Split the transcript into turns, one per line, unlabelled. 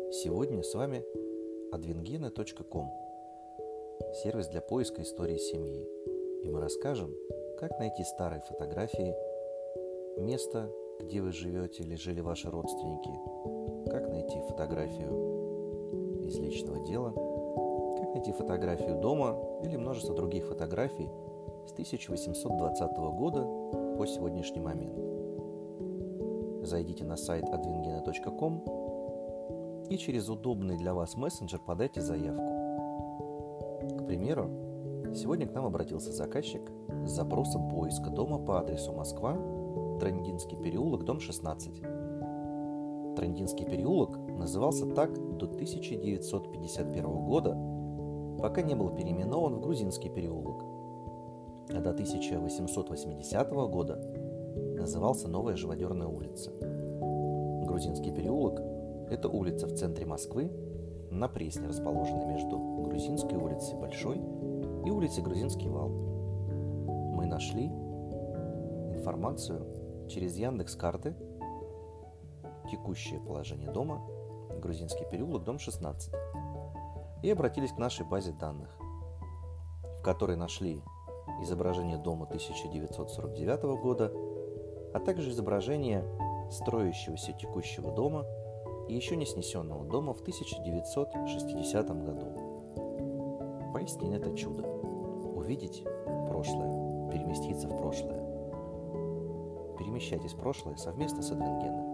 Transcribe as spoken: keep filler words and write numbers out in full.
Сегодня с вами адвенгены точка ком, сервис для поиска истории семьи. И мы расскажем, как найти старые фотографии, место, где вы живете или жили ваши родственники, как найти фотографию из личного дела, как найти фотографию дома или множество других фотографий с тысяча восемьсот двадцатого года по сегодняшний момент. Зайдите на сайт адвенгены точка ком и через удобный для вас мессенджер подайте заявку. К примеру, сегодня к нам обратился заказчик с запросом поиска дома по адресу Москва, Трандинский переулок, дом шестнадцать. Трандинский переулок назывался так до тысяча девятьсот пятьдесят первого года, пока не был переименован в Грузинский переулок, а до тысяча восемьсот восьмидесятого года назывался Новая Живодерная улица. Грузинский переулок – это улица в центре Москвы, на Пресне, расположенная между Грузинской улицей Большой и улицей Грузинский вал. Мы нашли информацию через Яндекс.Карты, текущее положение дома, Грузинский переулок, дом шестнадцать, и обратились к нашей базе данных, в которой нашли изображение дома тысяча девятьсот сорок девятого года, а также изображение строящегося текущего дома и еще не снесенного дома в тысяча девятьсот шестидесятом году. Поистине это чудо. Увидеть прошлое, переместиться в прошлое. Перемещайтесь в прошлое совместно с Адвенгены.